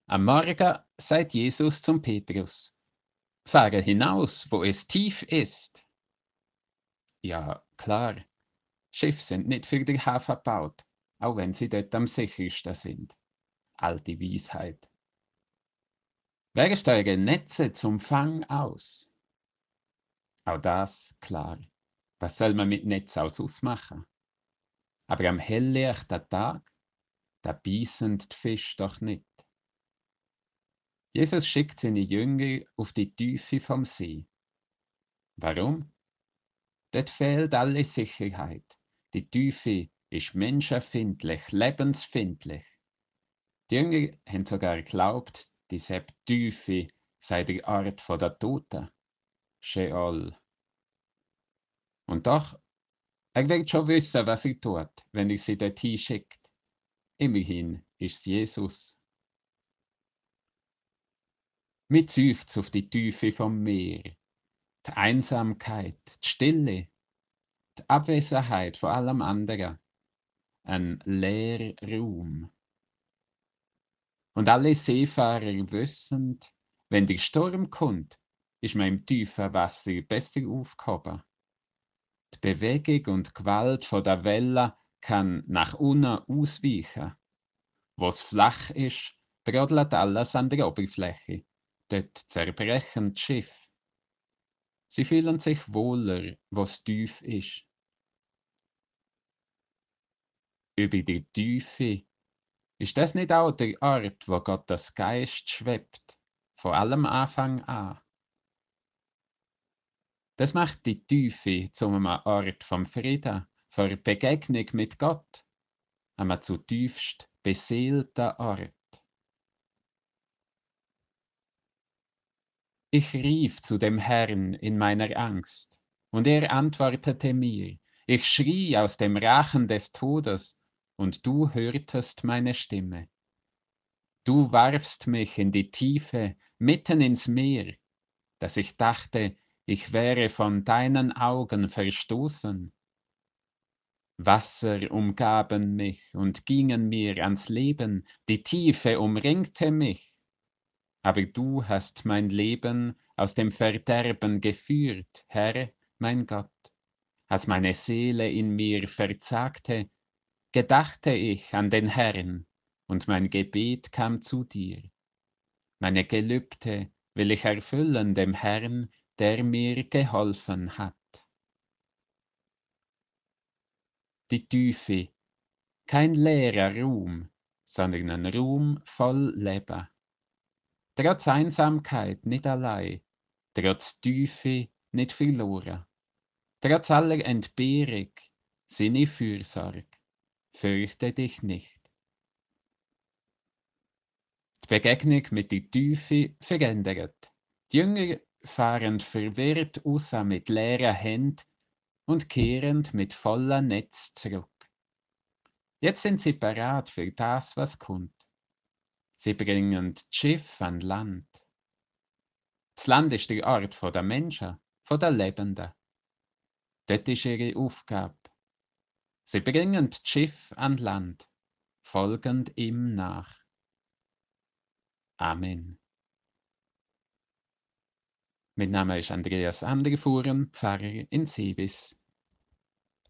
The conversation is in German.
Am Morgen sagt Jesus zum Petrus: Fahre hinaus, wo es tief ist. Ja, klar, Schiffe sind nicht für den Hafen gebaut, auch wenn sie dort am sichersten sind. Alte Weisheit. Wer steuert Netze zum Fang aus? Auch das, klar. Was soll man mit Netz ausmachen? Aber am helllichten Tag, da beißen die Fische doch nicht. Jesus schickt seine Jünger auf die Tiefe vom See. Warum? Dort fehlt alle Sicherheit. Die Tiefe ist menschenfindlich, lebensfindlich. Die Jünger haben sogar geglaubt, diese Tiefe sei die Art der Toten, Sheol. Und doch, er wird schon wissen, was er tut, wenn er sie dorthin schickt. Immerhin ist es Jesus. Mit seufzt auf die Tiefe vom Meer, die Einsamkeit, die Stille, die Abwesenheit von allem anderen, ein leerer Raum. Und alle Seefahrer wissen, wenn der Sturm kommt, ist man im tiefen Wasser besser aufgehoben. Die Bewegung und Gewalt von der Welle kann nach unten ausweichen. Wo es flach ist, brodelt alles an der Oberfläche. Dort zerbrechen die Schiffe. Sie fühlen sich wohler, wo es tief ist. Über die Tiefe ist das nicht auch der Ort, wo Gottes Geist schwebt, von allem Anfang an? Das macht die Tiefe zu einem Ort vom Frieden, von Begegnung mit Gott, einem zutiefst beseelten Ort. Ich rief zu dem Herrn in meiner Angst, und er antwortete mir. Ich schrie aus dem Rachen des Todes, und du hörtest meine Stimme. Du warfst mich in die Tiefe, mitten ins Meer, dass ich dachte, ich wäre von deinen Augen verstoßen. Wasser umgaben mich und gingen mir ans Leben, die Tiefe umringte mich. Aber du hast mein Leben aus dem Verderben geführt, Herr, mein Gott. Als meine Seele in mir verzagte, gedachte ich an den Herrn, und mein Gebet kam zu dir. Meine Gelübde will ich erfüllen dem Herrn, der mir geholfen hat. Die Tiefe, kein leerer Ruhm, sondern ein Ruhm voll Leben. Trotz Einsamkeit nicht allein, trotz Tiefe nicht verloren, trotz aller Entbehrung seine Fürsorge. Fürchte dich nicht. Die Begegnung mit der Tiefe verändert. Die Jünger fahren verwirrt raus mit leeren Händen und kehren mit vollem Netz zurück. Jetzt sind sie bereit für das, was kommt. Sie bringen das Schiff an Land. Das Land ist der Ort der Menschen, der Lebenden. Dort ist ihre Aufgabe. Sie bringen das Schiff an Land, folgend ihm nach. Amen. Mein Name ist Andreas Anderfuhren, Pfarrer in Seebis.